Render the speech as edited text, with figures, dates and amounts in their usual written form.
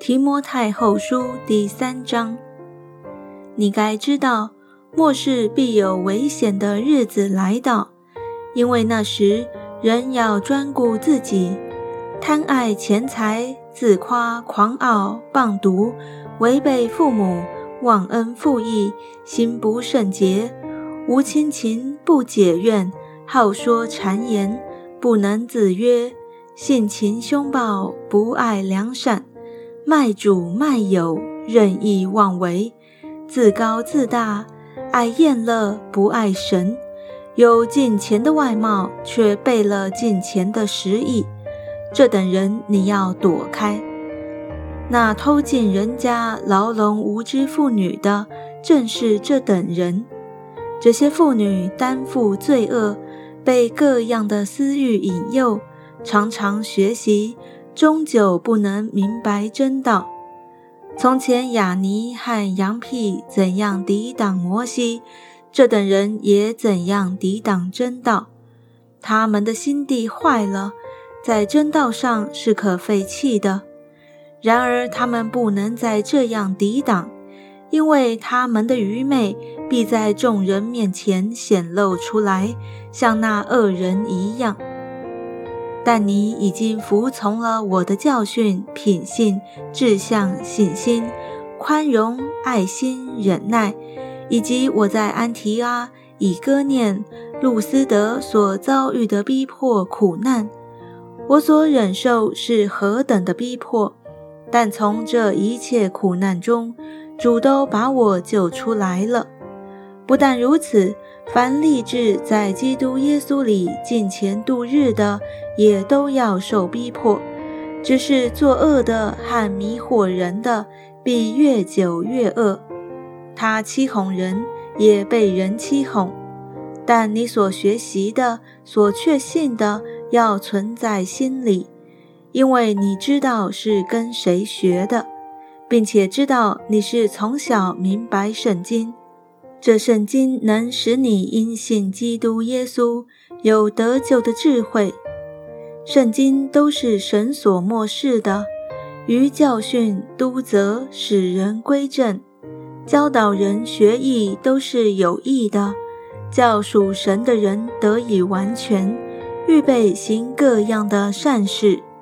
提摩太后书第3章。你该知道，末世必有危险的日子来到，因为那时人要专顾自己，贪爱钱财，自夸狂傲，谤毒，违背父母，忘恩负义，心不圣洁，无亲情，不解怨，好说谗言，不能自约，性情凶暴，不爱良善，卖主卖友，任意妄为，自高自大，爱宴乐，不爱神，有敬钱的外貌，却背了敬钱的实意。这等人你要躲开。那偷进人家牢笼无知妇女的，正是这等人。这些妇女担负罪恶，被各样的私欲引诱，常常学习，终究不能明白真道。从前亚尼和杨辟怎样抵挡摩西，这等人也怎样抵挡真道。他们的心地坏了，在真道上是可废弃的。然而他们不能再这样抵挡，因为他们的愚昧必在众人面前显露出来，像那恶人一样。但你已经服从了我的教训、品性、志向、信心、宽容、爱心、忍耐，以及我在安提阿、以哥念、路斯德所遭遇的逼迫苦难。我所忍受是何等的逼迫，但从这一切苦难中，主都把我救出来了。不但如此，凡立志在基督耶稣里敬虔度日的，也都要受逼迫。只是作恶的和迷惑人的，必越久越恶。他欺哄人，也被人欺哄。但你所学习的，所确信的，要存在心里，因为你知道是跟谁学的，并且知道你是从小明白圣经。这圣经能使你因信基督耶稣有得救的智慧。圣经都是神所默示的，于教训、督责、使人归正、教导人学义，都是有益的，叫属神的人得以完全，预备行各样的善事。